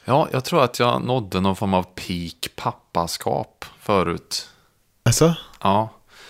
Ja, jag tror att jag nådde någon form av peak pappaskap förut. Alltså? Ja.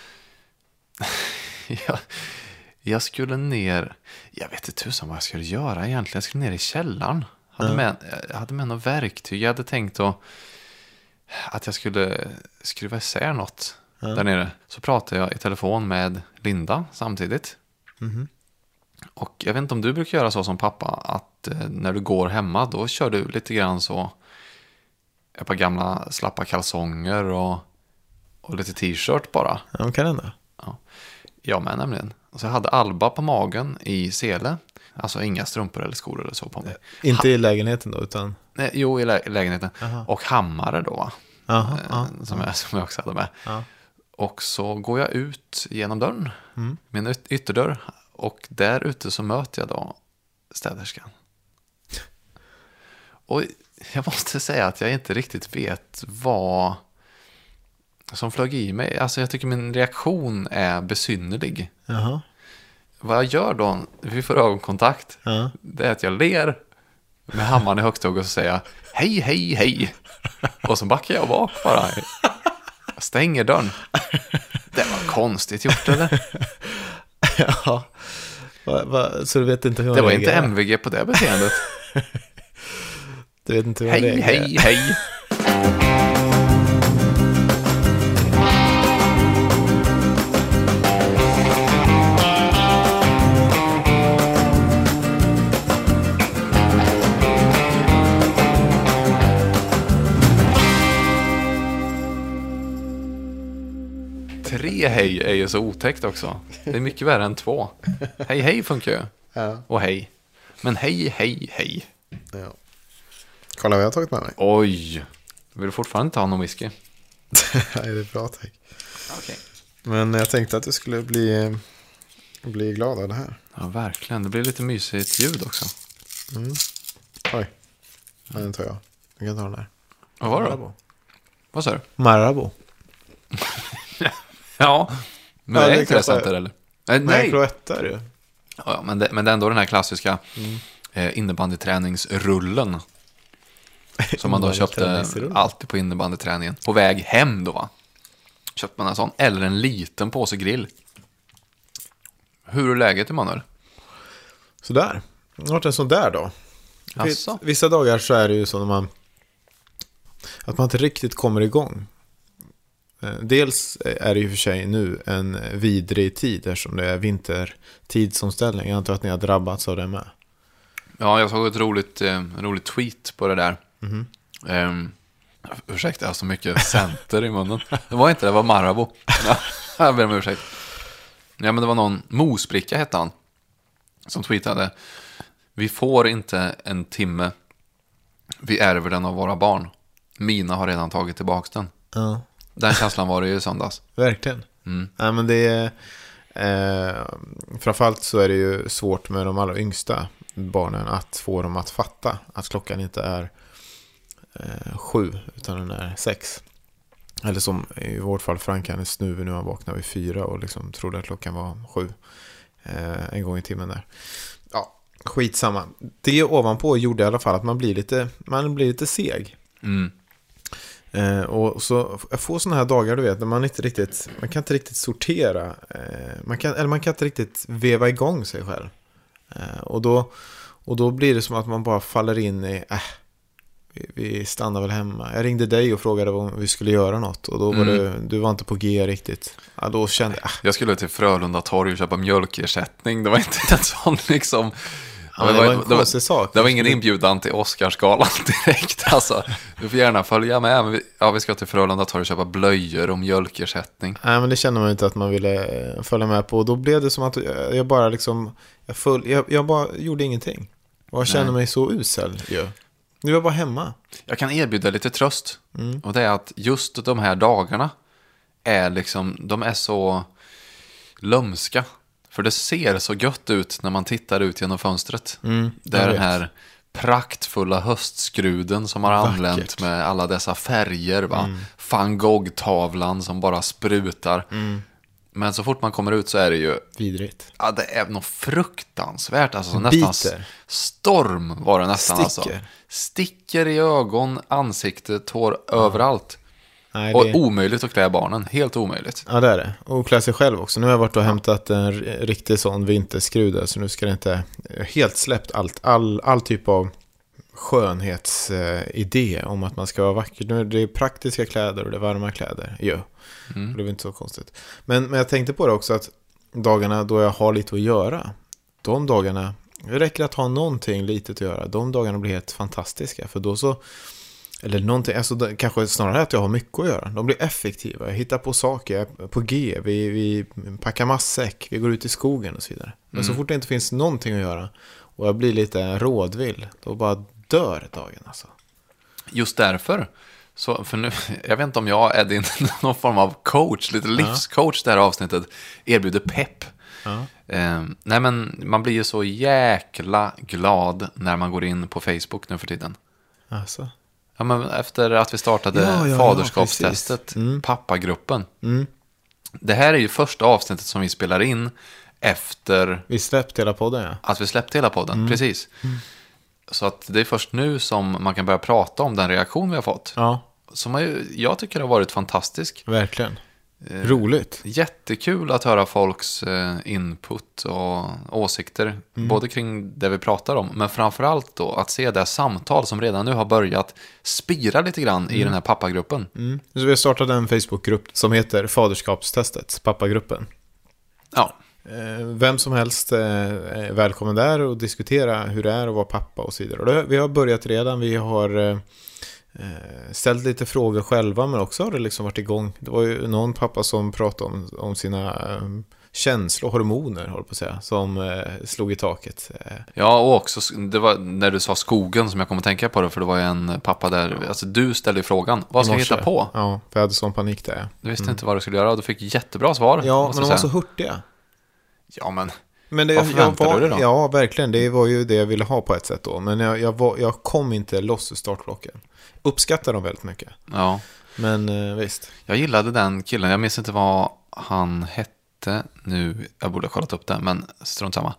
jag skulle ner... Jag vet inte tusan vad jag skulle göra egentligen. Jag skulle ner i källaren. Jag hade med något verktyg. Jag hade tänkt att jag skulle skruva isär något där nere. Så pratade jag i telefon med Linda samtidigt. Mhm. Och jag vet inte om du brukar göra så som pappa, att när du går hemma, då kör du lite grann så ett par gamla slappa kalsonger och lite t-shirt bara. Ja, kan hända. Ja, jag med nämligen. Så jag hade Alba på magen i sele. Alltså inga strumpor eller skor eller så på mig. Inte i lägenheten då, utan... Nej, jo, i lägenheten. Aha. Och hammare då, va? Aha, Som jag också hade med. Ja. Och så går jag ut genom dörren, Mm. min ytterdörr. Och där ute så möter jag då städerskan. Och jag måste säga att jag inte riktigt vet vad som flög i mig. Alltså jag tycker min reaktion är besynnerlig. Jaha. Vad jag gör då, vi får ögonkontakt, Ja. det är att jag ler med hammaren i högsta hugg och så säger jag hej, hej, hej. Och så backar jag bak bara. Jag stänger dörren. Det var konstigt gjort, eller? Ja. Så du vet inte hur Det var reagerar? inte MVG på det beteendet. Du vet inte hur Hej, reagerar. hej, hej. Tre hej är ju så otäckt också. Det är mycket värre än 2. Hej, hej funkar ju. Ja. Och hej. Men hej, hej, hej. Ja. Kolla vad jag har tagit med mig. Oj. Vill du fortfarande inte ha någon whisky? Nej, det är bra, tack. Okej. Men jag tänkte att du skulle bli glad av det här. Ja, verkligen. Det blir lite mysigt ljud också. Mm. Oj. Ja, den tar jag. Jag kan ta den där. Vad var det då? Vad sa du? Marabou. Ja. Men Ja, det är det inte det kanske- center, eller? Nej, Nej. Cloetta är det ju. Ja, men det är ändå den här klassiska innebandyträningsrullen. Som man då köpte Innebandyträningsrullen. alltid på innebandyträningen. På väg hem då, va? Köpte man en sån. Eller en liten påse grill. Hur är läget, Emanuel? Sådär. Det har varit en sån där då. Asså? Vissa dagar så är det ju så att man inte riktigt kommer igång. Dels är det ju för sig nu en vidrig tid eftersom det är vintertidsomställning. Jag antar att ni har drabbats av det med. Ja, jag såg ett roligt tweet på det där. Ursäkta, jag har så mycket center i munnen. Det var inte det, var Marabou. Ja, jag ber om ursäkt. Ja, men det var någon, Mosbricka hette han, som tweetade: vi får inte en timme, vi ärver den av våra barn. Mina har redan tagit tillbaka den. Ja, Den känslan var det ju i söndags. verkligen. Ja, men det är framförallt så är det ju svårt med de allra yngsta barnen att få dem att fatta att klockan inte är 7 utan den är 6. Eller som i vårt fall Frank, han är snuvig nu, han vaknade vid 4 och liksom trodde att klockan var 7 en gång i timmen där. Ja, skitsamma. Det ovanpå gjorde i alla fall att man blir lite seg. Och så jag får såna här dagar, du vet, när man kan inte riktigt sortera, man kan inte riktigt veva igång sig själv. Och då blir det som att man bara faller in i vi stannar väl hemma. Jag ringde dig och frågade om vi skulle göra något och då var du var inte på G riktigt. Ja, då kände jag skulle till Frölunda torg och köpa mjölkersättning. Det var inte en sån liksom. Ja, det var en konstig sak. Det var ingen inbjudan till Oscarsgalan direkt. Alltså, du får gärna följa med. Men vi ska till Frölunda torg och köpa blöjor och mjölkersättning. Nej, men det kände man inte att man ville följa med på. Och då blev det som att jag bara liksom jag bara gjorde ingenting. Och jag kände mig så usel ju. Nu var bara hemma. Jag kan erbjuda lite tröst. Och det är att just de här dagarna är liksom, de är så lömska. För det ser så gött ut när man tittar ut genom fönstret. Det är den här praktfulla höstskruden som har anlänt med alla dessa färger, va? Van Gogh-tavlan som bara sprutar. Men så fort man kommer ut så är det ju Vidrigt. ja, det är något fruktansvärt. Alltså nästan Biter. storm var det nästan. Alltså. sticker i ögon, ansikte, tår överallt. Nej, Och omöjligt att klä barnen, helt omöjligt. Ja, det är det. Och klä sig själv också. Nu har jag varit och hämtat en riktig sån vinterskruv, så nu ska det inte helt släppt all typ av skönhetsidé om att man ska vara vacker. Nu är det praktiska kläder och det är varma kläder. Ja, det är inte så konstigt. Men jag tänkte på det också, att dagarna då jag har lite att göra, de dagarna, det räcker att ha någonting litet att göra. De dagarna blir helt fantastiska, för då så, eller någonting, alltså kanske snarare att jag har mycket att göra. De blir effektiva, jag hittar på saker, jag är på G, vi packar matsäck, vi går ut i skogen och så vidare. Men så fort det inte finns någonting att göra och jag blir lite rådvill, då bara dör dagen alltså. Just därför, så för nu, jag vet inte om jag är din någon form av coach, lite livscoach det här avsnittet, erbjuder pepp. Nej, men man blir ju så jäkla glad när man går in på Facebook nu för tiden. Alltså. Ja, men efter att vi startade faderskapstestet, pappagruppen. Det här är ju första avsnittet som vi spelar in efter vi släppte hela podden, ja. Att vi släppte hela podden, precis. Så att det är först nu som man kan börja prata om den reaktion vi har fått. Ja. Som jag tycker har varit fantastisk. Verkligen. Roligt. Jättekul att höra folks input och åsikter. Både kring det vi pratar om, men framförallt då att se det samtal som redan nu har börjat spira lite grann i den här pappagruppen. Så vi har startat en Facebookgrupp som heter Faderskapstestet, pappagruppen. Ja. Vem som helst är välkommen där och diskutera hur det är att vara pappa och så vidare. Och vi har börjat redan, vi har ställt lite frågor själva, men också har det liksom varit igång. Det var ju någon pappa som pratade om sina känslor, hormoner, håller på att säga, som slog i taket. Ja, och också, det var när du sa skogen som jag kom att tänka på det, för det var ju en pappa där, alltså du ställde ju frågan, vad ska jag hitta på? Ja, för jag hade sån panik där. Du visste inte vad du skulle göra och du fick jättebra svar. Ja, men de var så hurtiga. Ja, men vad förväntade du dig då? Ja, verkligen, det var ju det jag ville ha på ett sätt då. Men jag kom inte loss ur startblocken. Uppskattar dem väldigt mycket. Ja. Men visst. Jag gillade den killen, jag minns inte vad han hette nu, jag borde ha kollat upp det, men strunt samma.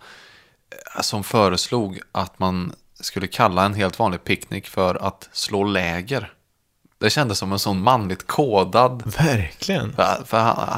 Som föreslog att man skulle kalla en helt vanlig picknick för att slå läger. Det kändes som en sån manligt kodad. Verkligen. För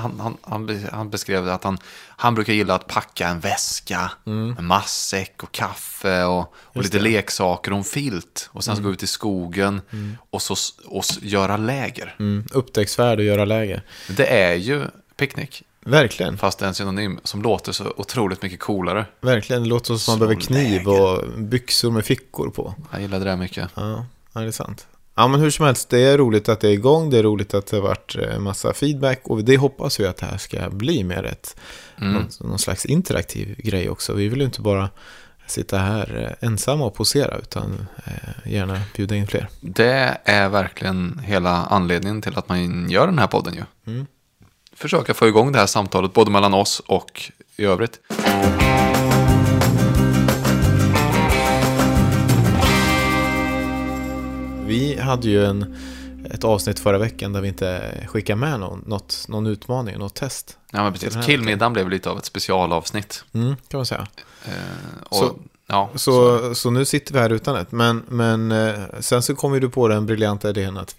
han beskrev det att han brukar gilla att packa en väska, en matsäck och kaffe och lite leksaker och en filt. Och sen så gå ut i skogen och göra läger. Upptäcktsfärd och göra läger. Det är ju picknick. Verkligen. Fast det är en synonym som låter så otroligt mycket coolare. Verkligen, det låter som man behöver kniv och byxor med fickor på. Jag gillade det mycket. Ja, det är sant. Ja, men hur som helst, det är roligt att det är igång. Det är roligt att det har varit en massa feedback. Och det hoppas vi att det här ska bli mer någon slags interaktiv grej också. Vi vill ju inte bara sitta här ensamma och posera, utan gärna bjuda in fler. Det är verkligen hela anledningen till att man gör den här podden ju. Försöka få igång det här samtalet både mellan oss och i övrigt. Vi hade ju ett avsnitt förra veckan där vi inte skickade med någon utmaning, något test. Ja, men precis. Killmiddagen blev lite av ett specialavsnitt. Kan man säga. Så nu sitter vi här utan det. Men sen så kommer du på den briljanta idén att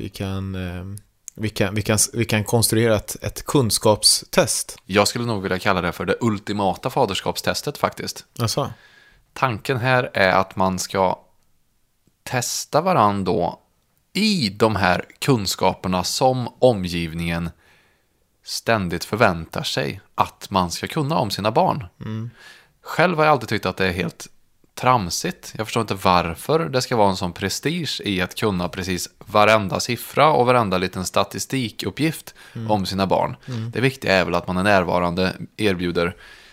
vi kan konstruera ett kunskapstest. Jag skulle nog vilja kalla det för det ultimata faderskapstestet faktiskt. Alltså. Tanken här är att man ska testa varandra då i de här kunskaperna som omgivningen ständigt förväntar sig att man ska kunna om sina barn. Själv har jag alltid tyckt att det är helt tramsigt. Jag förstår inte varför det ska vara en sån prestige i att kunna precis varenda siffra och varenda liten statistikuppgift om sina barn. Det viktiga är väl att man är närvarande, erbjuder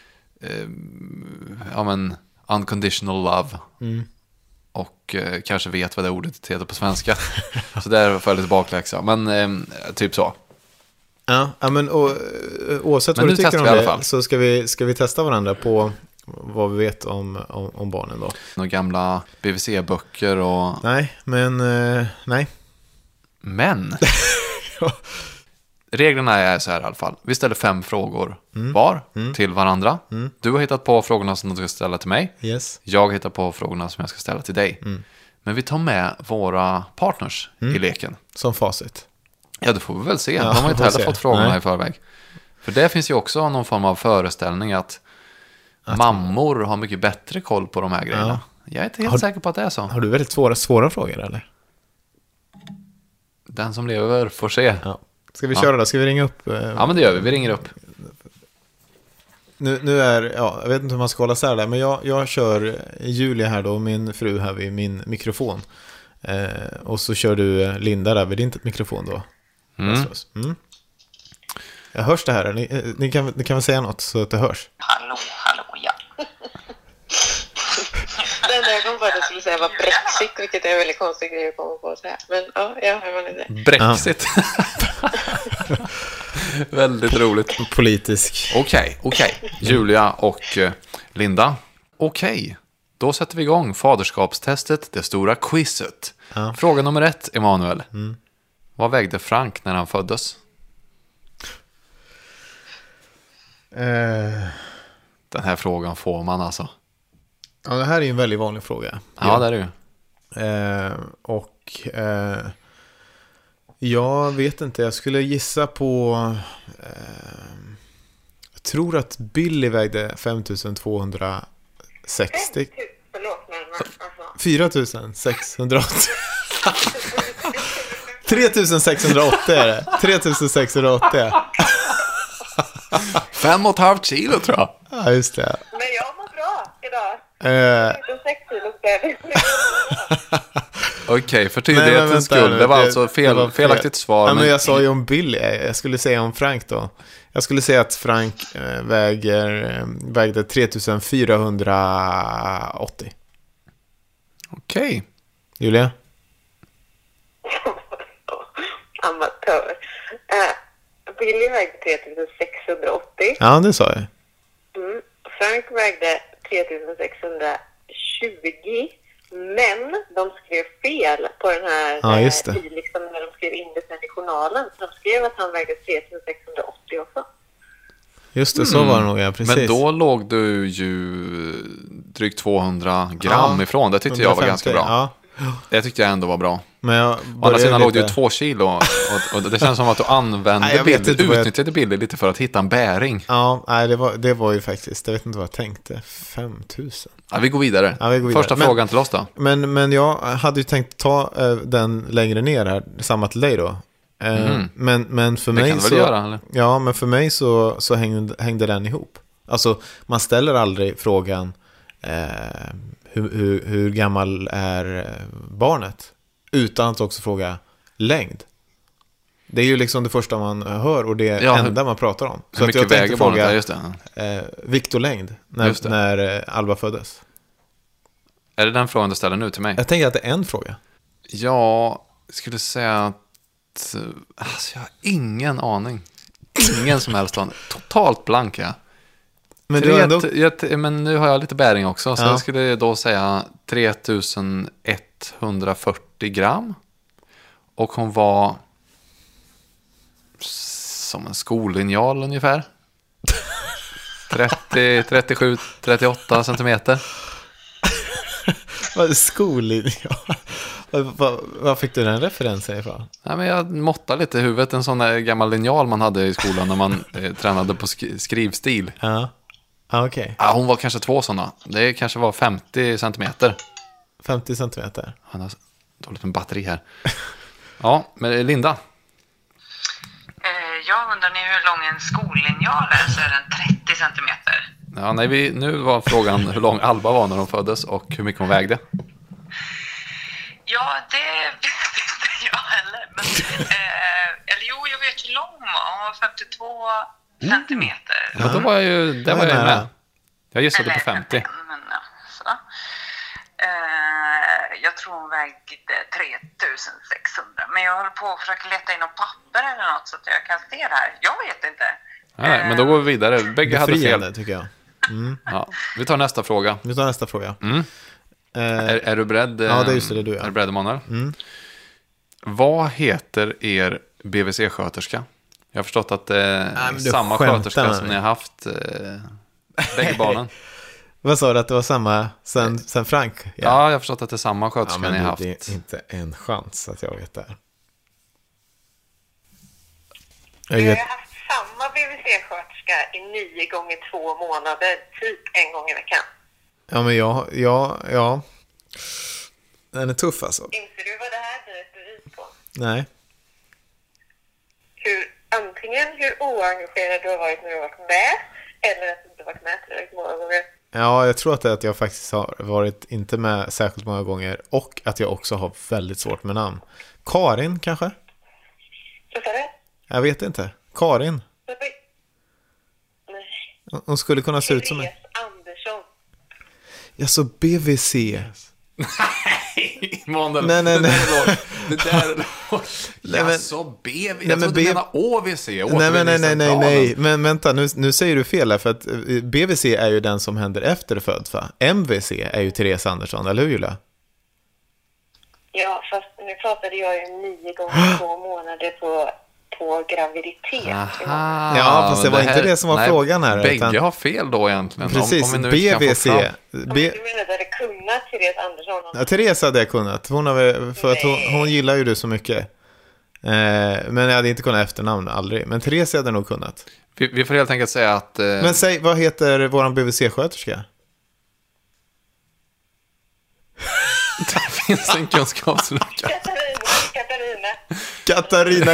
unconditional love. Och kanske vet vad det ordet heter på svenska. Så där får jag lite bakläxa. Men typ så. Ja, men oavsett vad du tycker om det, så ska vi testa varandra på vad vi vet om barnen då. Några gamla BVC-böcker och... Nej. Men? Reglerna är så här i alla fall. Vi ställer 5 frågor var till varandra. Du har hittat på frågorna som du ska ställa till mig. Yes. Jag hittar på frågorna som jag ska ställa till dig. Men vi tar med våra partners i leken. Som facit. Ja, det får vi väl se. Ja, De har ju inte heller se. fått frågorna Nej. i förväg. För det finns ju också någon form av föreställning att mammor har mycket bättre koll på de här grejerna. Ja. Jag är inte helt säker på att det är så. Har du väldigt svåra frågor eller? Den som lever får se. Ja. Ska vi köra då? Ska vi ringa upp? Ja, men det gör vi. Vi ringer upp. Nu jag vet inte hur man ska hålla sär där, men jag kör Julia här då, min fru här vid min mikrofon. Och så kör du Linda där vid din mikrofon då. Mm. Jag hörs det här. Ni kan väl säga något så att det hörs. Hallå, ja. Det enda jag kom på att jag skulle säga var Brexit, vilket är en väldigt konstig grej att komma på att säga. Men ja, jag hör man inte. Brexit. Väldigt roligt. Politisk. Okej. Julia och Linda. Okej. Då sätter vi igång faderskapstestet, det stora quizet. Ja. Fråga nummer 1, Emanuel. Vad vägde Frank när han föddes? Den här frågan får man alltså. Ja, det här är ju en väldigt vanlig fråga. Ja, det är det ju. Jag vet inte, jag skulle gissa på jag tror att Billy vägde 5260. Förlåt, men alltså. 4680. 3680 är det. 3680. 5,5 kilo tror jag. Ja, just det. Men jag mår bra idag. 6 kilo kväll. Okej, för tydlighetens skull. Det var alltså felaktigt svar. Ja, men jag sa ju om Billy. Jag skulle säga om Frank då. Jag skulle säga att Frank vägde 3480. Okej. Julia? Amatör. Billy vägde 3680. Ja, det sa jag. Frank vägde 3620. Men de skrev fel på den här just det. liksom när de skrev in det sen i journalen. De skrev att han vägde 3680 också. Just det, så var det nog, ja, precis. Men då låg du ju drygt 200 gram ifrån. Det tyckte jag var ganska bra. Ja. Det tyckte jag ändå var bra. Men jag Å andra sidan låg det ju 2 kilo. Och det känns som att du utnyttjade bilder lite för att hitta en bäring. Ja, nej, det var ju faktiskt, jag vet inte vad jag tänkte. 5000. Ja, vi går vidare. Första frågan till oss då. Men jag hade ju tänkt ta den längre ner här, samma till dig då. Men för mig kan du väl göra, eller? Ja, men för mig så hängde den ihop. Alltså, man ställer aldrig frågan hur gammal är barnet utan att också fråga längd. Det är ju liksom det första man hör och det enda man pratar om. Så att jag tänkte fråga just vikt och längd när Alba föddes. Är det den frågan du ställer nu till mig? Jag tänker att det är en fråga. Jag skulle säga att jag har ingen aning. Ingen som helst aning. Totalt blank, ja. Men nu har jag lite bäring också. Så jag skulle då säga 3140 gram. Och hon var som en skollinjal ungefär. 37, 38 centimeter. Vad är skollinjal? Vad fick du den referensen ifrån? Nej, men jag måttade lite i huvudet. En sån där gammal linjal man hade i skolan när man tränade på skrivstil. Ja, okej. Ja, hon var kanske 2 sådana. Det kanske var 50 centimeter. 50 centimeter. Han har dåligt med batteri här. Ja, men Linda. Jag undrar ni hur lång en skollinjal är, så är den 30 centimeter. Ja, nej, nu var frågan hur lång Alba var när hon föddes och hur mycket hon vägde. Ja, det vet inte jag heller. Men, jag vet hur lång hon var. Hon var 52 centimeter. Ja, då var jag ju med. Jag gissade på 50. Men, ja, så. Jag tror hon vägde 3600. Men jag håller på att försöka leta in något papper eller något så att jag kan se det här. Jag vet inte. Nej, men då går vi vidare. Bägge hade fel. Tycker jag. Ja, vi tar nästa fråga. Är du beredd? Ja, det är just det, du. Är du beredd, Emanuel? Vad heter er BVC-sköterska? Jag har förstått att det är samma sköterska som ni har haft bägge barnen. Vad sa du att det var samma sen Frank? Ja, jag har förstått att det är samma sköterska ni har haft. Det är inte en chans att jag vet det här. Jag har haft samma BVC-sköterska i 9 gånger 2 månader, typ en gång i veckan. Ja, men ja. Den är tuff alltså. Inser du vad det här blir ett bevis på? Nej. Antingen hur oengagerad du har varit när du har varit med, eller att du inte varit med tillräckligt många gånger. Ja, jag tror att jag faktiskt har varit inte med särskilt många gånger, och att jag också har väldigt svårt med namn. Karin kanske? Så sa du? Jag vet inte. Karin. Nej. Hon skulle kunna se ut som en... Therese Andersson. Ja, så BVC. Manuel, Nej. Det där är jag så BV. Jag trodde du menade OVC. Nej. Men vänta, nu säger du fel här, för att BVC är ju den som händer efter född, va? MVC är ju Therese Andersson, eller hur, Julia? Ja, fast nu pratade jag ju 9 gånger 2 månader på graviditet. Aha, Ja, fast det var inte det som var frågan här. Bägge har fel då egentligen. Precis, om vi nu inte BVC. Du menar att det kunnat Therese Andersson? Ja, Therese hade jag kunnat. För att hon gillar ju du så mycket. Men jag hade inte kunnat efternamn, aldrig. Men Therese hade nog kunnat. Vi får helt enkelt säga att... Men säg, vad heter våran BVC-sköterska? Det finns en kunskapslucka. Katarina.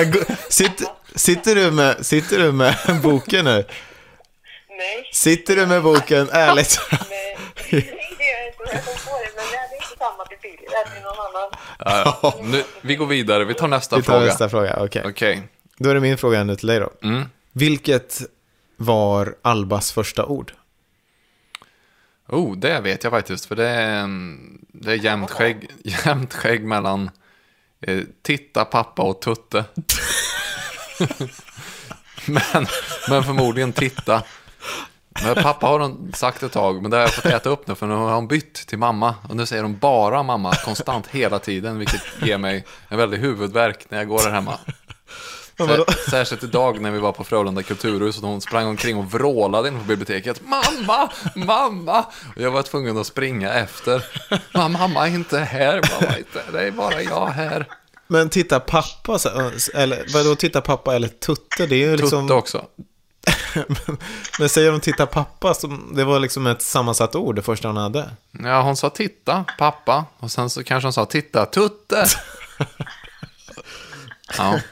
Sitter du med boken nu? Nej. Sitter du med boken, ärligt? Nej, det är inte jag som får det, men det är inte samma till Billy, det är någon annan. Vi går vidare, vi tar nästa fråga. Okej. Då är det min fråga nu till dig då. Vilket var Albas första ord? Det vet jag faktiskt, för det är jämnt skägg mellan titta, pappa och tutte. men förmodligen titta. Men pappa har hon sagt ett tag, men det har jag fått äta upp nu, för nu har hon bytt till mamma. Och nu säger hon bara mamma konstant hela tiden, vilket ger mig en väldig huvudvärk när jag går där hemma. Särskilt idag när vi var på Frölunda kulturhus och hon sprang omkring och vrålade in på biblioteket. Mamma! Och jag var tvungen att springa efter. Mamma är inte här, det är bara jag här. Men titta pappa, eller vadå titta pappa eller tutte? Det är ju liksom... Tutte också. Men säger de titta pappa, det var liksom ett sammansatt ord det första hon hade. Ja, hon sa titta, pappa. Och sen så kanske hon sa titta, tutte. Ja.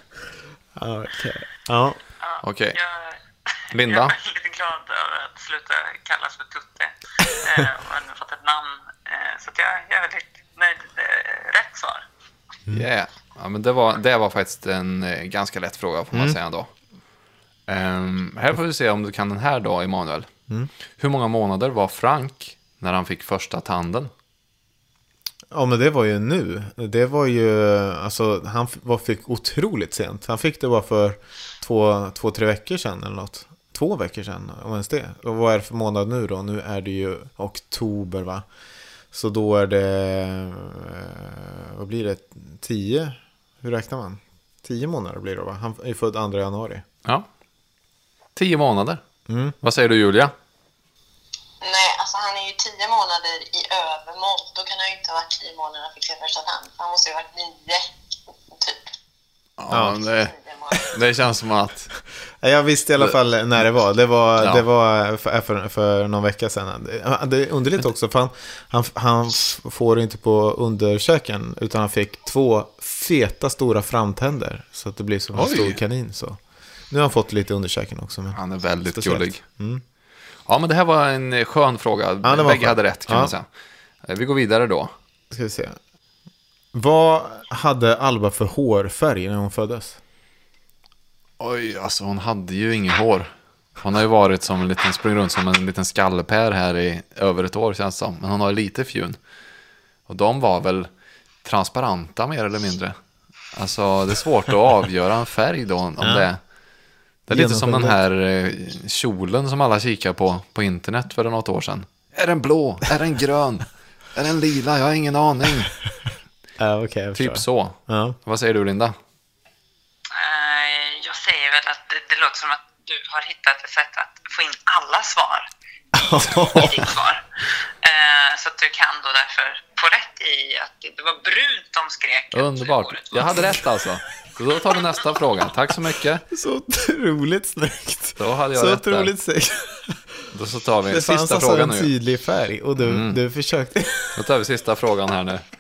Okej. Linda? Jag är lite glad över att sluta kallas för tutte. Och har fått ett namn. Så att jag är väldigt nöjd. Rätt svar. Yeah. Ja, men det var faktiskt en ganska lätt fråga, får man säga ändå. Här får vi se om du kan den här då, Emanuel. Hur många månader var Frank när han fick första tanden? Ja, men det var ju nu. Det var ju, alltså han fick otroligt sent. Han fick det bara för 2-3 veckor sedan eller något. 2 veckor sedan, om ens det. Och vad är det för månad nu då? Nu är det ju oktober, va? Så då är det, vad blir det? 10? Hur räknar man? 10 månader blir det, va? Han är född 2 januari. Ja. 10 månader. Vad säger du, Julia? Nej, alltså han är ju 10 månader i övermått. Då kan han ju inte ha varit 10 månader när han fick sin första tand. Han måste ju ha varit 9, typ. Ja, det känns som att... Jag visste i alla fall när det var. Det var för någon vecka sedan. Det är underligt också, för han får det inte på underkäken, utan han fick 2 feta stora framtänder. Så att det blir som en stor kanin. Så. Nu har han fått lite underkäken också. Men han är väldigt speciellt. gullig. Ja, men det här var en skön fråga. Bägge hade rätt, kan man säga. Vi går vidare då. Ska vi se. Vad hade Alba för hårfärg när hon föddes? Oj, alltså hon hade ju inget hår. Hon har ju varit som en liten, sprungit runt som en liten skallepär här i över ett år, känns det som. Men hon har lite fjun. Och de var väl transparenta mer eller mindre. Alltså det är svårt att avgöra en färg då om det. Det är lite som den här kjolen som alla kikar på internet för något år sedan. Är den blå? Är den grön? Är den lila? Jag har ingen aning. Okay, typ så. Ja. Vad säger du, Linda? Jag säger väl att det låter som att du har hittat ett sätt att få in alla svar i ditt svar. Så att du kan då därför få rätt i att det var brunt de skrek. Underbart. Jag hade rätt alltså. Så då tar vi nästa fråga. Tack så mycket. Så otroligt snyggt. Då hade jag Så rätt där. otroligt snyggt. Då så tar vi Det fanns sista alltså frågan en nu. tydlig färg och du försökte. Då tar vi sista frågan här nu.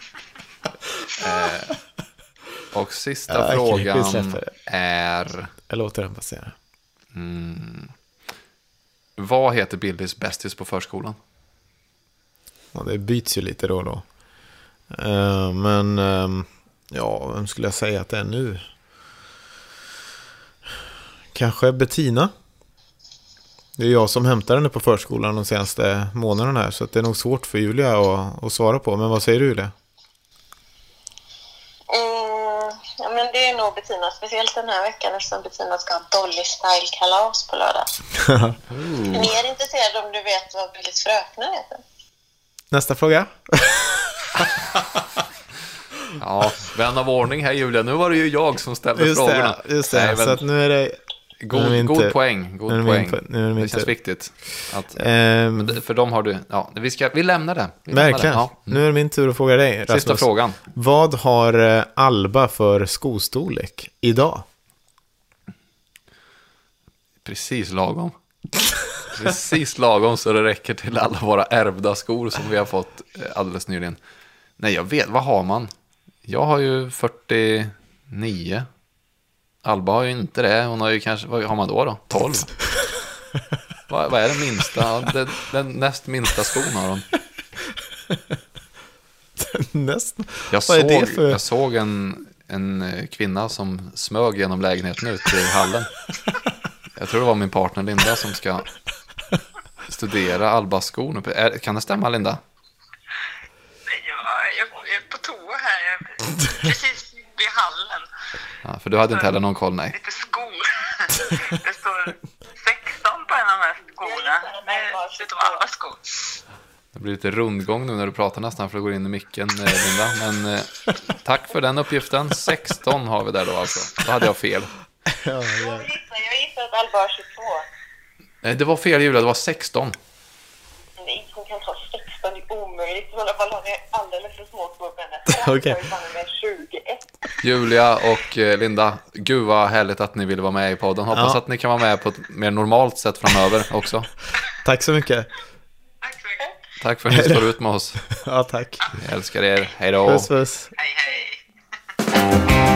Och sista Okej, vi frågan släpper det. är... Jag låter den passera. Vad heter Billys bästis på förskolan? Ja, det byts ju lite då och då. Men ja, vem skulle jag säga att det är nu? Kanske Bettina. Det är jag som hämtar henne på förskolan de senaste månaderna här, så att det är nog svårt för Julia att svara på. Men vad säger du, Julia? Ja, men det är nog Bettina, speciellt den här veckan eftersom Bettina ska ha Dolly Style-kalas på lördag. Är ni är intresserade om du vet vad Billys fröknar heter? Nästa fråga. Ja, vän av ordning här, Julia. Nu var det ju jag som ställde frågorna. Just det. Nej, men Så att nu är det... god poäng. God poäng. Det känns viktigt. För dem har du... Ja, vi lämnar det. Verkligen. Ja. Nu är det min tur att fråga dig, Rasmus. Sista frågan. Vad har Alba för skostorlek idag? Precis lagom. Precis lagom så det räcker till alla våra ärvda skor som vi har fått alldeles nyligen. Nej, jag vet. Vad har man? Jag har ju 49. Alba har ju inte det. Hon har ju kanske... Vad har man då? 12? Vad är den minsta? Den näst minsta skon har hon. Nästan. Jag såg en kvinna som smög genom lägenheten ut i hallen. Jag tror det var min partner Linda som ska studera Albas skor. Kan det stämma, Linda? Jag är på toa här. Jag är precis vid hallen. Ja, för du hade inte heller någon koll, nej. Lite skor. Det står 16 på en av de här skorna. Det är alla skor. Det blir lite rundgång nu när du pratar nästan för att gå in i micken, Linda. Men tack för den uppgiften. 16 har vi där då alltså. Då hade jag fel. Jag gissar att Alba har 22. Nej, det var fel, Julia. Det var 16. Nej, hon kan ta 16. Det är omöjligt. I alla fall har det alldeles för små skor på henne. Okej. Jag är med 21. Julia och Linda, gud vad härligt att ni ville vara med i podden. Hoppas att ni kan vara med på ett mer normalt sätt framöver också. Tack så mycket. Tack så mycket. Tack för att ni står ut med oss. Ja, tack. Jag älskar er. Hej då. Puss, puss. Hej, hej.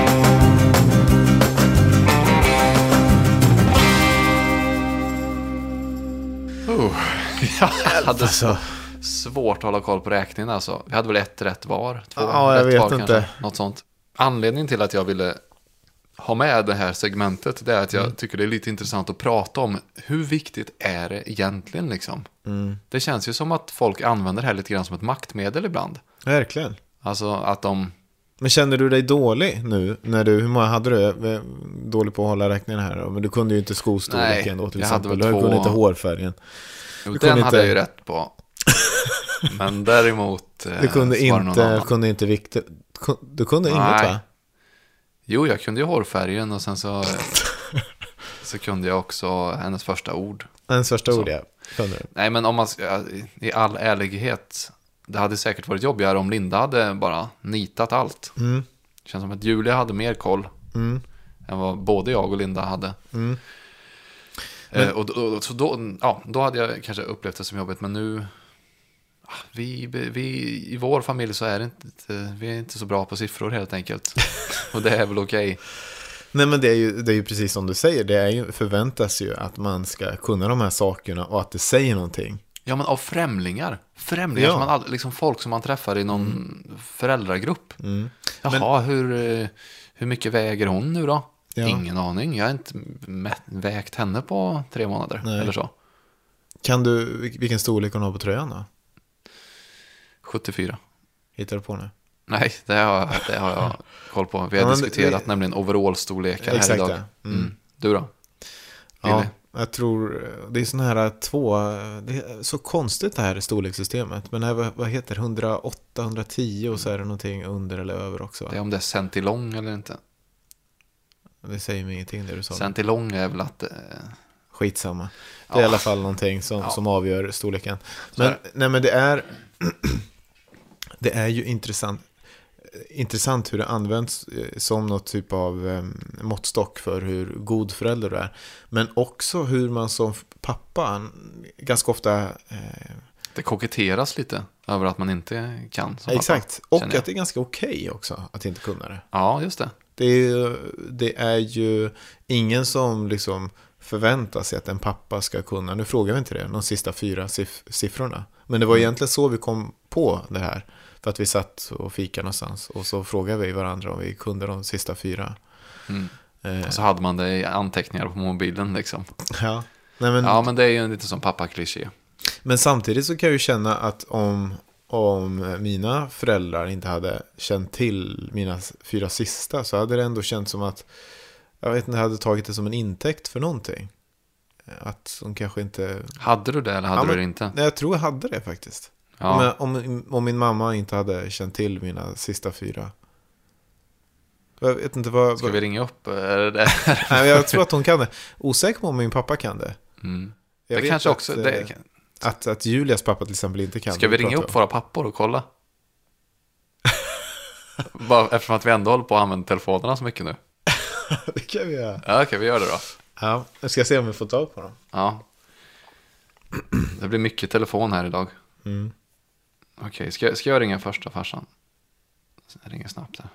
Jag hade så svårt att hålla koll på räkningen alltså. Vi hade väl ett rätt var, 2 Ja, jag rätt vet var inte. kanske, något sånt. Anledningen till att jag ville ha med det här segmentet, det är att jag tycker det är lite intressant att prata om hur viktigt är det egentligen liksom. Det känns ju som att folk använder det här lite grann som ett maktmedel ibland. Verkligen. Alltså att de... Men känner du dig dålig nu? Hur många hade du? Dålig på att hålla räkningen här då? Men du kunde ju inte skostorleken då till jag hade exempel. väl Du kunde 2. inte hårfärgen. Jo, Du den kunde hade jag inte- ju rätt på. Men däremot... Du kunde så var det någon inte, annan. kunde inte vikten. Du kunde inget, Nej. va? Jo, jag kunde ju hårfärgen och sen så kunde jag också hennes första ord. En första Så. ord, ja. Kunde du. Nej, men om man ska, i all ärlighet, det hade säkert varit jobbigare om Linda hade bara nitat allt. Det känns som att Julia hade mer koll än vad både jag och Linda hade. Så då hade jag kanske upplevt det som jobbigt, men nu vi i vår familj så är det inte, vi är inte så bra på siffror helt enkelt. Och det är väl okej. Nej, men det är ju precis som du säger. Det är ju, förväntas ju att man ska kunna de här sakerna och att det säger någonting. Ja, men av främlingar Ja. som man aldrig, liksom folk som man träffar i någon föräldragrupp. Jaha, hur mycket väger hon nu då? Ja. Ingen aning, jag har inte vägt henne på 3 månader. Nej. Eller så. Kan du, vilken storlek hon har på tröjan då? 74. Hittar du på nu? Nej, det har jag koll på. Vi har Ja, men diskuterat nämligen overall-storlekar här Exakt, idag. ja. Du då? Ja, Billy? jag tror det är såna här det är så konstigt det här storlekssystemet. Men det här, vad heter 108, 110 och så är det någonting under eller över också. Det är om det är centilong eller inte. Det säger mig ingenting det du sa. Centilong är väl att skitsamma. Det är i alla fall någonting som avgör storleken. Men, nej, men det är ju intressant hur det används som något typ av måttstock för hur god förälder du är. Men också hur man som pappa ganska ofta... det koketteras lite över att man inte kan. Exakt, pappa, och att det är ganska okej också att inte kunna det. Ja, just det. Det är ju ingen som liksom förväntar sig att en pappa ska kunna, nu frågar vi inte det, de sista 4 siffrorna. Men det var egentligen så vi kom på det här. För att vi satt och fikade någonstans. Och så frågade vi varandra om vi kunde de sista 4. Och så hade man det i anteckningar på mobilen liksom. Ja. Men det är ju lite som pappa-kliché. Men samtidigt så kan jag ju känna att om mina föräldrar inte hade känt till mina 4 sista, så hade det ändå känt som att jag vet inte, hade tagit det som en intäkt för någonting. Att de kanske inte... Hade du det eller hade du det inte? Nej, jag tror jag hade det faktiskt. Ja. Om min mamma inte hade känt till mina sista 4. Jag vet inte vad... Ska vi ringa upp? Det? Nej, jag tror att hon kan det. Osäker på om min pappa kan det. Det kanske också... Att Julias pappa till exempel inte kan. Ska vi ringa upp våra pappor och kolla? Bara eftersom att vi ändå håller på att använda telefonerna så mycket nu. Det kan vi göra. Ja, okej, vi gör det då. Ja, jag ska se om vi får tag på dem. Ja. Det blir mycket telefon här idag. Okej, ska jag ringa först då, farsan? Jag ringer snabbt här.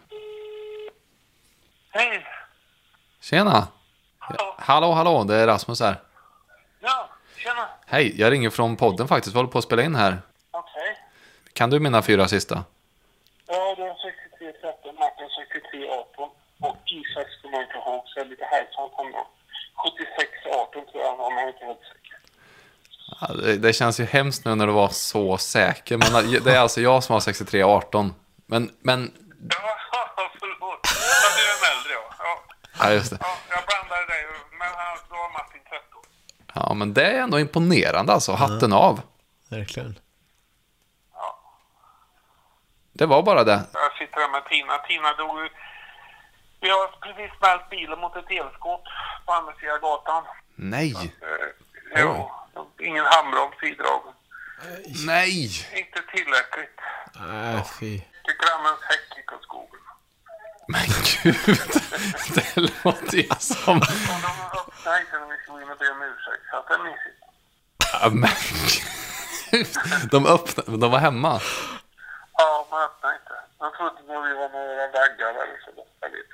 Hej. Tjena. Hallå, det är Rasmus här. Ja, tjena. Hej, jag ringer från podden faktiskt. Vi håller på att spela in här. Okej. Kan du mina 4 sista? Ja, det är 63-13, Martin 63-18 och Isak ska man inte ihåg, så är lite hälsomt om då. 76-18 tror jag, om man inte helt säker. Ja, det känns ju hemskt nu när du var så säker. Men det är alltså jag som har 63-18. Men... Ja, förlåt. Ja, du är en äldre, ja. Ja, just det. Ja, jag blandade dig, men då var Martin 13. Ja, men det är ändå imponerande alltså. Hatten av. Verkligen. Ja. Det var bara det. Jag sitter här med Tina. Tina dog ju... Vi har precis smält bilen mot ett elskåp på andra sidan gatan. Nej. Jo, ingen handbroms bidrag. Nej. Inte tillräckligt. Nej, fy. Grannens häck gick åt skogen. Men gud. Det låter ju som... Och de öppnade inte när vi skulle in och be om ursäkt. Så att det är mysigt. Ja, men gud. De var hemma. Ja, man öppnade inte. De trodde att vi var några väggar eller så. Jag vet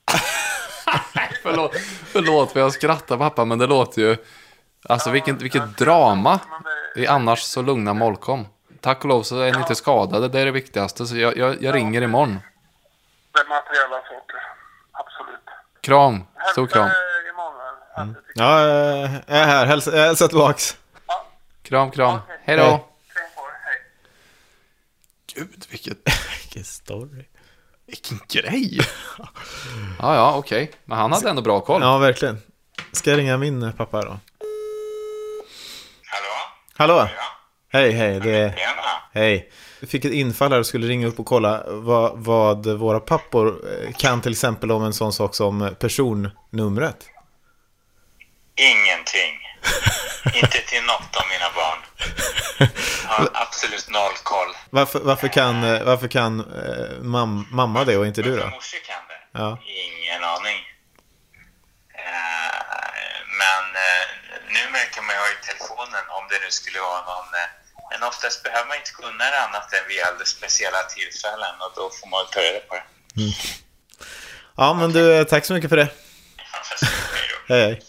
inte. Förlåt för jag skrattar pappa, men det låter ju... Alltså vilket drama i annars så lugna Molkom. Tack och lov så är ni inte skadade, det är det viktigaste. Så jag ringer imorgon. Det är materiella saker, absolut. Kram, stor kram. Imorgon, Ja, jag är här, hälsa tillbaks. Kram, Okay. hej då. Hej. Gud, Vilken story. vilken grej. Ja, okej. Men han hade ändå bra koll. Ja, verkligen. Ska jag ringa min pappa då? Hallå? Hallå? Hej, det är... Hej. Vi fick ett infall här och skulle ringa upp och kolla vad våra pappor kan till exempel om en sån sak som personnumret. Ingenting. Inte till något av mina barn. Jag har absolut noll koll. Varför kan mamma det och inte du då? Morse kan det. Ja. Ingen aning. Men numera kan man ju ha i telefonen om det nu skulle vara någon... Men oftast behöver man inte kunna det annat än vid alldeles speciella tillfällen. Och då får man ta reda på det. Ja, men du, tack så mycket för det. Hej.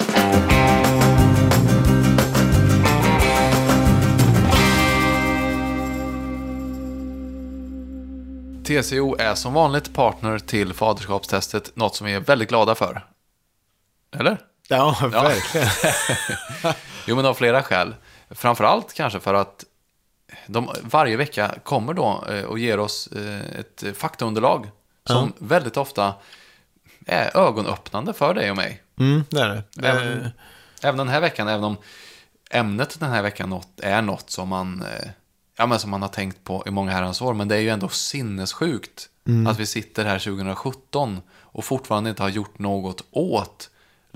TCO är som vanligt partner till faderskapstestet, något som vi är väldigt glada för. Eller? Ja, verkligen. Jo, men av flera skäl. Framförallt kanske för att de varje vecka kommer då och ger oss ett faktaunderlag som väldigt ofta är ögonöppnande för dig och mig. Det är det. Även den här veckan, även om ämnet den här veckan är något som man som man har tänkt på i många herrans år, men det är ju ändå sinnessjukt att vi sitter här 2017 och fortfarande inte har gjort något åt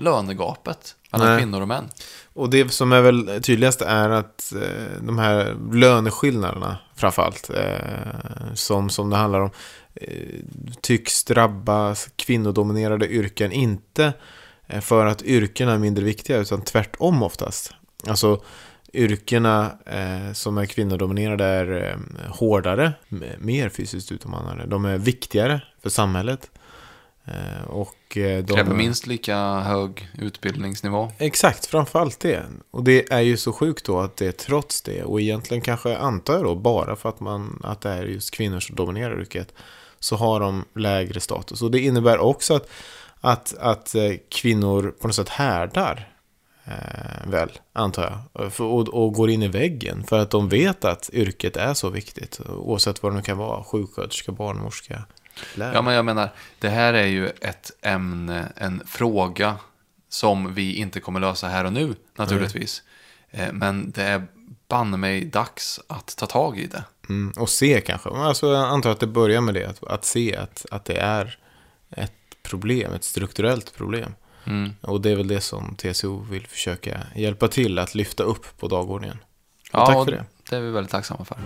lönegapet mellan Nej. kvinnor och män. Och det som är väl tydligast är att de här löneskillnaderna framförallt som det handlar om tycks drabba kvinnodominerade yrken, inte för att yrkena är mindre viktiga utan tvärtom oftast. Alltså yrkena som är kvinnodominerade är hårdare, mer fysiskt utmanande. De är viktigare för samhället. Och de Kräver minst lika hög utbildningsnivå. Exakt, framförallt det. Och det är ju så sjukt då att det är trots det, och egentligen kanske antar jag då bara för att det är just kvinnor som dominerar yrket, så har de lägre status. Och det innebär också att kvinnor på något sätt härdar väl, antar jag, och går in i väggen för att de vet att yrket är så viktigt, oavsett vad det kan vara, sjuksköterska, barnmorska. Ja, men jag menar, det här är ju ett ämne, en fråga som vi inte kommer lösa här och nu, naturligtvis. Men det är banne mig dags att ta tag i det. Och se kanske. Alltså, jag antar att det börjar med det, att se att det är ett problem, ett strukturellt problem. Och det är väl det som TCO vill försöka hjälpa till att lyfta upp på dagordningen. Och Ja, tack för det. Det är vi väldigt tacksamma för.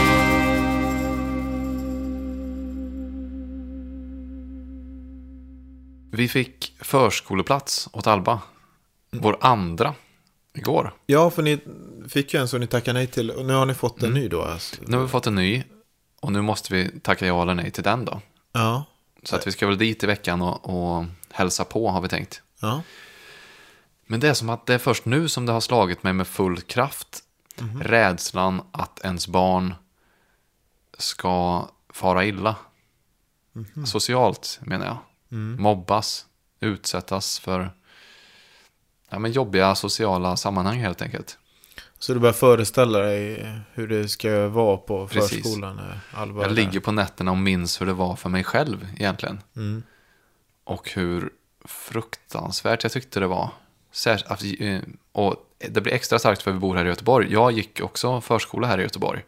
Vi fick förskoleplats åt Alba. Vår andra igår. Ja, för ni fick ju en som ni tackade nej till. Och nu har ni fått en ny då. Alltså. Nu har vi fått en ny. Och nu måste vi tacka ja eller nej till den då. Ja. Så att vi ska väl dit i veckan och hälsa på, har vi tänkt. Ja. Men det är som att det är först nu som det har slagit mig med full kraft. Rädslan att ens barn ska fara illa. Socialt, menar jag. Mobbas, utsättas för jobbiga sociala sammanhang helt enkelt. Så du börjar föreställa dig hur det ska vara på Precis. förskolan? Alba, Jag ligger på nätterna och minns hur det var för mig själv egentligen. Och hur fruktansvärt jag tyckte det var. Och det blir extra starkt för att vi bor här i Göteborg. Jag gick också förskola här i Göteborg.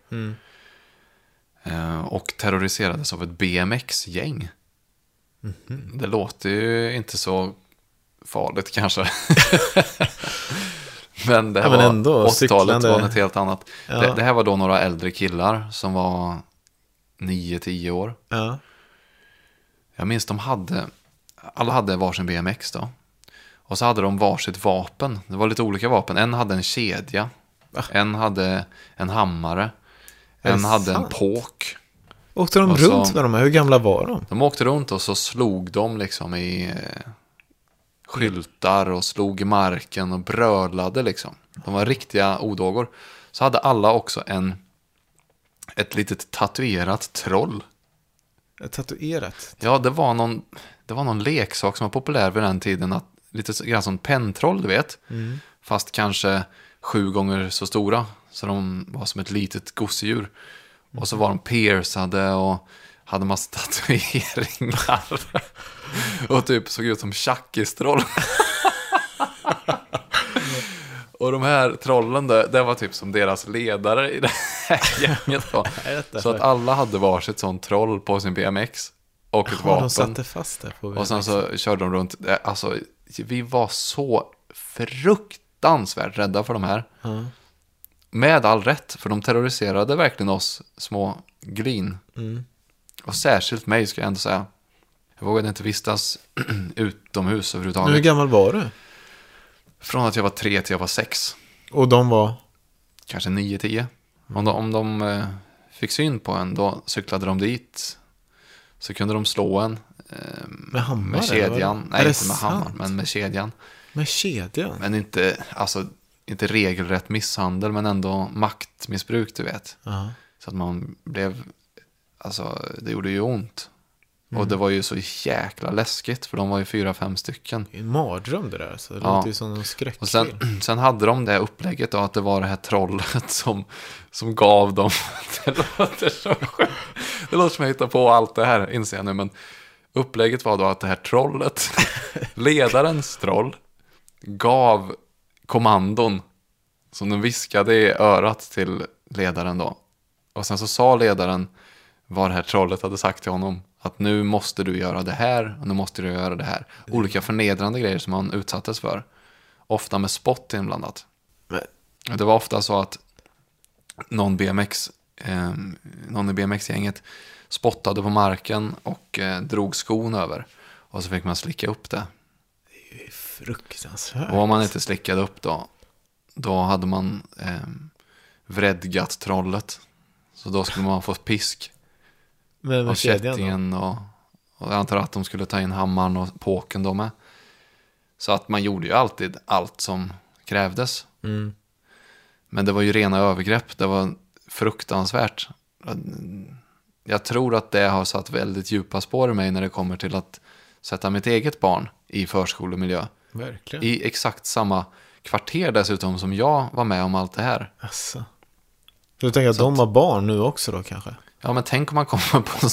Och terroriserades av ett BMX-gäng. Det låter ju inte så farligt kanske. Men det här var ändå, 80-talet cyklande. var något helt annat. Ja. Det här var då några äldre killar som var 9-10 år. Ja. Jag minns alla hade varsin BMX då. Och så hade de varsitt vapen. Det var lite olika vapen. En hade en kedja. En hade en hammare. En hade en påk. Åkte de Och runt så- med de här? Hur gamla var de? De åkte runt och så slog de liksom i skyltar och slog i marken och brölade liksom. De var riktiga odågor. Så hade alla också ett litet tatuerat troll. Tatuerat. Ja, det var någon leksak som var populär vid den tiden. Lite grann som pentroll, du vet. Fast kanske 7 gånger så stora. Så de var som ett litet gosedjur. Och så var de piercade och hade massa tatueringar. Och typ såg ut som Chucky-troll. Och de här trollen, det var typ som deras ledare i det här gänget då. Så att alla hade varsitt sånt troll på sin BMX. Och ett vapen. De satte fast det på Och sen så körde de runt. Alltså, vi var så fruktansvärt rädda för de här. Med all rätt, för de terroriserade verkligen oss små glin. Och särskilt mig, ska jag ändå säga. Jag vågade inte vistas utomhus överhuvudtaget. Hur gammal var du? Från att jag var 3 till jag var 6. Och de var? Kanske 9-10. Om de fick syn på en, då cyklade de dit. Så kunde de slå en. Med hammare? Med kedjan. Eller? Nej, Är det inte med hammaren, sant? men med kedjan. Med kedjan? Men inte regelrätt misshandel, men ändå maktmissbruk, du vet. Ja. Så att man blev, det gjorde ju ont. Och det var ju så jäkla läskigt, för de var ju 4-5 stycken. Det är en mardröm det där. Så det Ja. låter ju som en skräckfilm. Och sen hade de det upplägget då, att det var det här trollet som gav dem. Det låter så sjukt. Det låter som jag hittar på allt det här, inser jag nu. Men upplägget var då att det här trollet, ledarens troll, gav kommandon som de viskade i örat till ledaren då. Och sen så sa ledaren vad det här trollet hade sagt till honom. Att nu måste du göra det här och nu måste du göra det här. Olika förnedrande grejer som man utsattes för. Ofta med spott inblandat. Det var ofta så att någon i BMX-gänget spottade på marken och drog skon över. Och så fick man slicka upp det. Det är ju fruktansvärt. Och om man inte slickade upp då hade man vredgat trollet. Så då skulle man få pisk. Men Och kättingen och jag antar att de skulle ta in hammaren och påken då med. Så att man gjorde ju alltid allt som krävdes. Mm. Men det var ju rena övergrepp. Det var fruktansvärt. Jag tror att det har satt väldigt djupa spår i mig när det kommer till att sätta mitt eget barn i förskolemiljö. Verkligen. I exakt samma kvarter dessutom som jag var med om allt det här. Asså. Du tänker att de har barn nu också då kanske? Ja, men tänk om man kommer på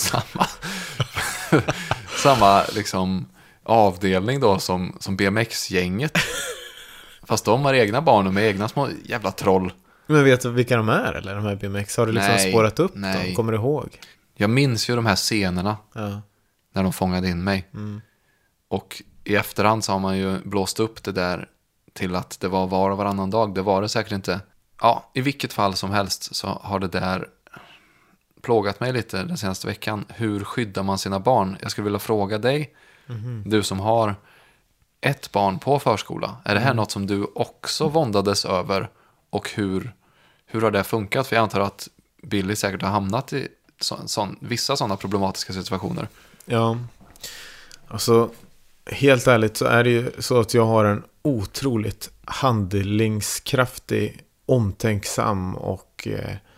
samma liksom avdelning då som BMX-gänget. Fast de har egna barn och med egna små jävla troll. Men vet du vilka de är eller? De här BMX? Har du liksom spårat upp dem? Kommer du ihåg? Jag minns ju de här scenerna när de fångade in mig. Mm. Och i efterhand så har man ju blåst upp det där till att det var var och varannan dag. Det var det säkert inte. Ja, i vilket fall som helst så har det där plågat mig lite den senaste veckan. Hur skyddar man sina barn? Jag skulle vilja fråga dig, du som har ett barn på förskola. Är det här något som du också våndades över? Och hur har det funkat? För jag antar att Billy säkert har hamnat i vissa sådana problematiska situationer. Ja, alltså helt ärligt så är det ju så att jag har en otroligt handlingskraftig, omtänksam och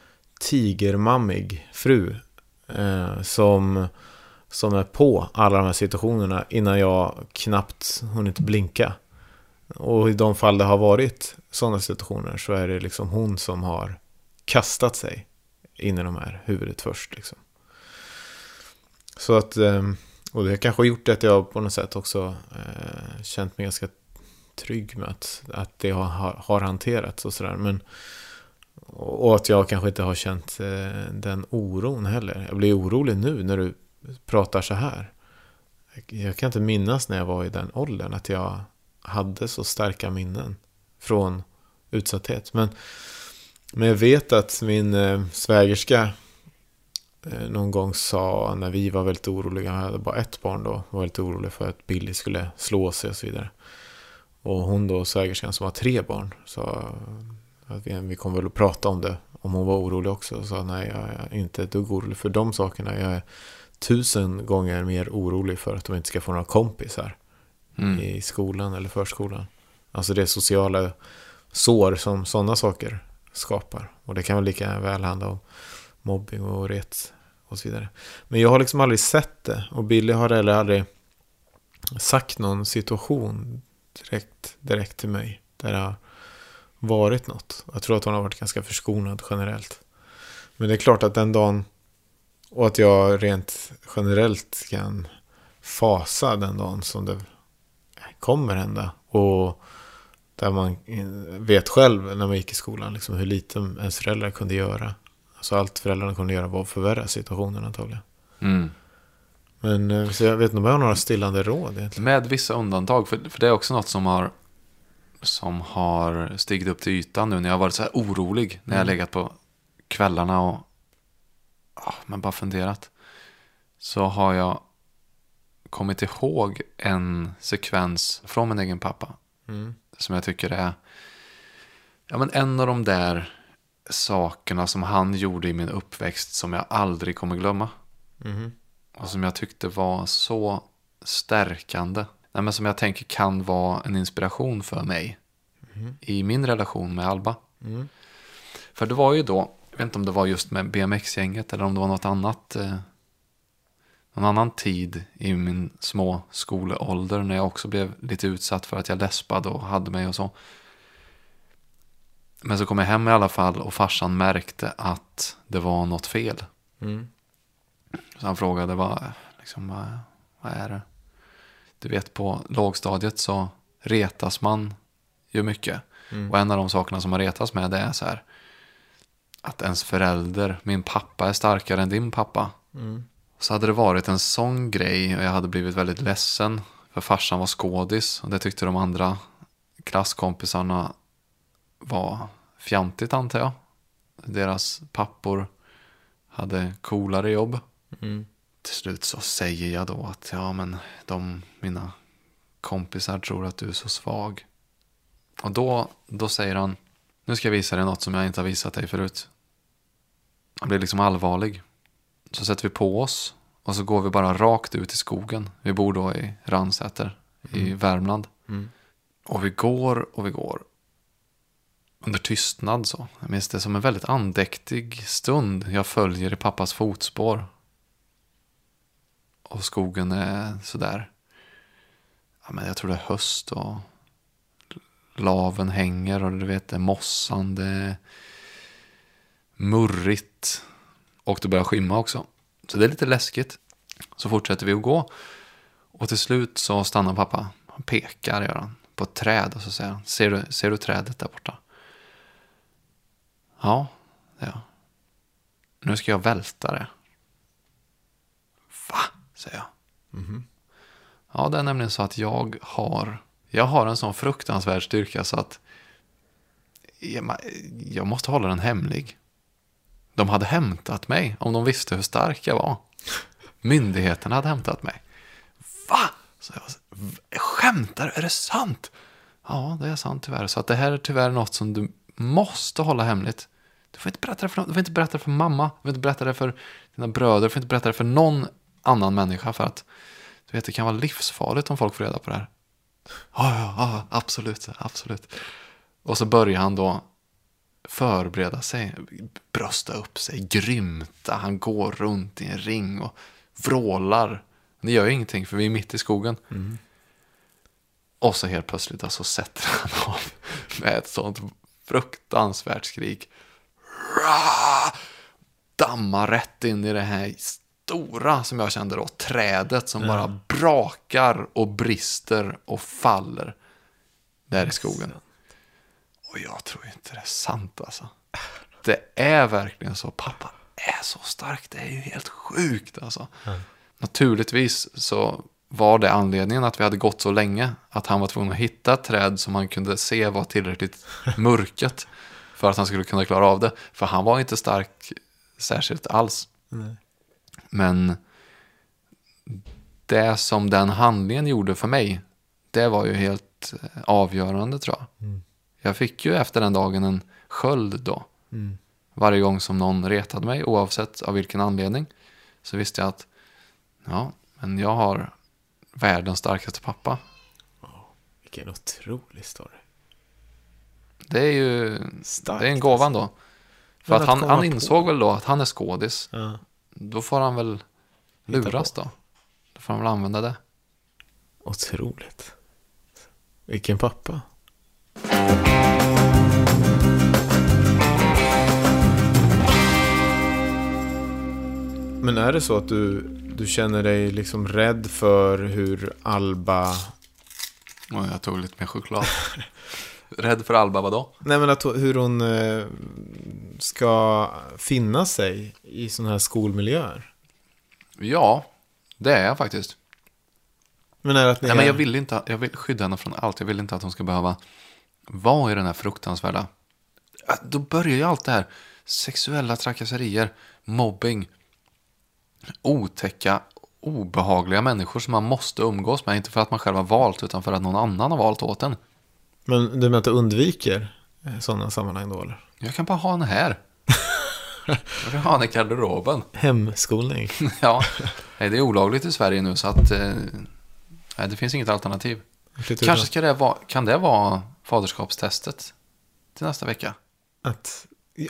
tigermammig fru som är på alla de här situationerna innan jag knappt hunnit blinka. Och i de fall det har varit sådana situationer så är det liksom hon som har kastat sig in i de här huvudet först liksom. Så att, och det har kanske gjort att jag på något sätt också känt mig ganska trygg med att det har hanterats och sådär. Men och att jag kanske inte har känt den oron heller. Jag blir orolig nu när du pratar så här. Jag kan inte minnas när jag var i den åldern att jag hade så starka minnen från utsatthet. Men jag vet att min svägerska någon gång sa när vi var väldigt oroliga, jag hade bara ett barn då, var väldigt orolig för att Billy skulle slå sig och så vidare. Och hon då, svägerskan som har 3 barn, sa att vi kommer väl att prata om det, om hon var orolig också. Och sa nej, jag är inte ett dugg orolig för de sakerna. Jag är 1000 gånger mer orolig för att de inte ska få några kompisar i skolan eller förskolan. Alltså det sociala sår som sådana saker skapar. Och det kan väl lika väl handla om mobbing och ret och så vidare. Men jag har liksom aldrig sett det. Och Billy har heller aldrig sagt någon situation direkt till mig där det har varit något. Jag tror att hon har varit ganska förskonad generellt. Men det är klart att den dagen, och att jag rent generellt kan fasa den dagen som det kommer hända. Och där man vet själv när man gick i skolan liksom hur lite ens föräldrar kunde göra. Alltså allt föräldrarna kunde göra var att förvärra situationen antagligen. Men så jag vet inte om jag har några stillande råd egentligen. Med vissa undantag, för det är också något som har stigit upp till ytan nu när jag har varit så här orolig när jag har legat på kvällarna och men bara funderat. Så har jag kommit ihåg en sekvens från min egen pappa som jag tycker är en av de där sakerna som han gjorde i min uppväxt som jag aldrig kommer glömma. Och som jag tyckte var så stärkande. Men som jag tänker kan vara en inspiration för mig i min relation med Alba. För det var ju då, jag vet inte om det var just med BMX-gänget eller om det var något annat, någon annan tid i min små skolålder när jag också blev lite utsatt för att jag läspade och hade mig och så. Men så kom jag hem i alla fall och farsan märkte att det var något fel. Så han frågade vad är det? Du vet, på lågstadiet så retas man ju mycket. Och en av de sakerna som man retas med det är så här att ens förälder, min pappa är starkare än din pappa. Så hade det varit en sån grej och jag hade blivit väldigt ledsen. För farsan var skådis och det tyckte de andra klasskompisarna var fjantigt, antar jag. Deras pappor hade coolare jobb. Till slut så säger jag då att ja, men mina kompisar tror att du är så svag. Och då säger han, nu ska jag visa dig något som jag inte har visat dig förut. Han blir liksom allvarlig. Så sätter vi på oss och så går vi bara rakt ut i skogen. Vi bor då i Ransäter i Värmland. Och vi går under tystnad så. Jag minns det som en väldigt andäktig stund. Jag följer i pappas fotspår. Och skogen är sådär. Ja, men jag tror det är höst och laven hänger och du vet det är mossande, murrigt. Och det börjar skymma också. Så det är lite läskigt. Så fortsätter vi att gå. Och till slut så stannar pappa. Han pekar gör han, på ett träd och så säger han, ser du trädet där borta? Ja, ja. Nu ska jag välta det. Va? Säger jag. Ja, det är nämligen så att jag har en sån fruktansvärd styrka så att jag måste hålla den hemlig. De hade hämtat mig om de visste hur stark jag var. Myndigheterna hade hämtat mig. Va? Så jag skämtar, är det sant? Ja, det är sant tyvärr. Så att det här är tyvärr något som du måste hålla hemligt. Du får inte berätta det för någon. Du får inte berätta det för mamma. Du får inte berätta det för dina bröder. Du får inte berätta det för någon annan människa. För att du vet, det kan vara livsfarligt om folk får reda på det här. Ja, absolut. Och så börjar han då förbereda sig, brösta upp sig, grymta. Han går runt i en ring och vrålar. Det gör ju ingenting för vi är mitt i skogen. Och så helt plötsligt så sätter han av med ett sånt fruktansvärt skrik. Dammar rätt in i det här stora, som jag kände då, trädet som bara brakar och brister och faller där i skogen. Och jag tror inte det är sant alltså. Det är verkligen så. Pappa är så stark. Det är ju helt sjukt alltså. Naturligtvis så var det anledningen att vi hade gått så länge att han var tvungen att hitta ett träd som han kunde se var tillräckligt mörket för att han skulle kunna klara av det. För han var inte stark särskilt alls. Nej. Men det som den handlingen gjorde för mig, det var ju helt avgörande tror jag. Jag fick ju efter den dagen en sköld då. Varje gång som någon retade mig, oavsett av vilken anledning, så visste jag att ja, men jag har världens starkaste pappa. Vilken otrolig story. Det är ju starkt, det är en gåvan då. För att han insåg väl då att han är skådis. Ja. Då får han väl luras då. Då får han väl använda det. Otroligt. Vilken pappa. Men är det så att du känner dig liksom rädd för hur Alba... Jag tog lite mer choklad. Rädd för Alba, vadå? Nej, men hur hon ska finna sig i sådana här skolmiljöer. Ja, det är jag faktiskt. Men är det att nej, men jag vill skydda henne från allt. Jag vill inte att hon ska behöva vara i den här fruktansvärda... Då börjar ju allt det här. Sexuella trakasserier, mobbing, otäcka, obehagliga människor som man måste umgås med. Inte för att man själv har valt, utan för att någon annan har valt åt en. Men du menar att du undviker sådana sammanhang då, eller? Jag kan bara ha henne här. Jag kan ha henne i garderoben. Hemskolning. Ja, det är olagligt i Sverige nu, så att det finns inget alternativ. Kanske ska kan det vara faderskapstestet till nästa vecka? Att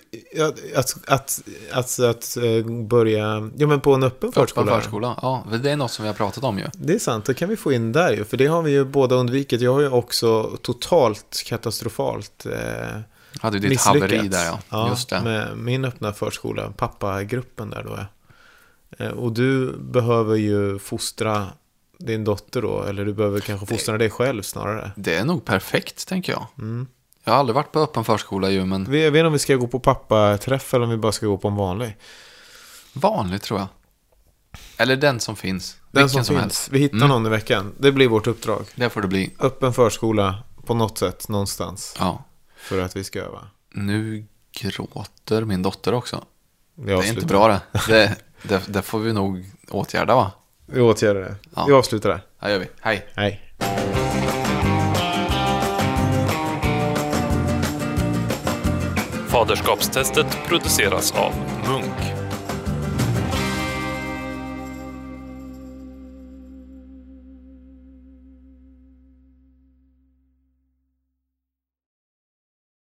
börja på en öppen förskola. Ja, det är något som vi har pratat om ju. Det är sant, det kan vi få in där ju. För det har vi ju båda undvikit. Jag har ju också totalt katastrofalt hade du ditt haveri där, ja. Just det. Med min öppna förskola, pappagruppen där då. Och du behöver ju fostra din dotter då. Eller du behöver kanske fostra dig själv snarare. Det är nog perfekt, tänker jag. Jag har aldrig varit på öppen förskola ju, men... Jag vet inte om vi ska gå på pappaträff eller om vi bara ska gå på en vanlig. Vanlig, tror jag. Eller den som finns. Den Vilken som finns. helst. Vi hittar någon i veckan. Det blir vårt uppdrag. Det får det bli. Öppen förskola på något sätt, någonstans. Ja. För att vi ska öva. Nu gråter min dotter också. Vi Det är avslutar. inte bra det. Det får vi nog åtgärda, va? Vi åtgärdar det. Ja. Vi avslutar där. Ja, gör vi. Hej. Hej. Faderskapstestet produceras av Munk.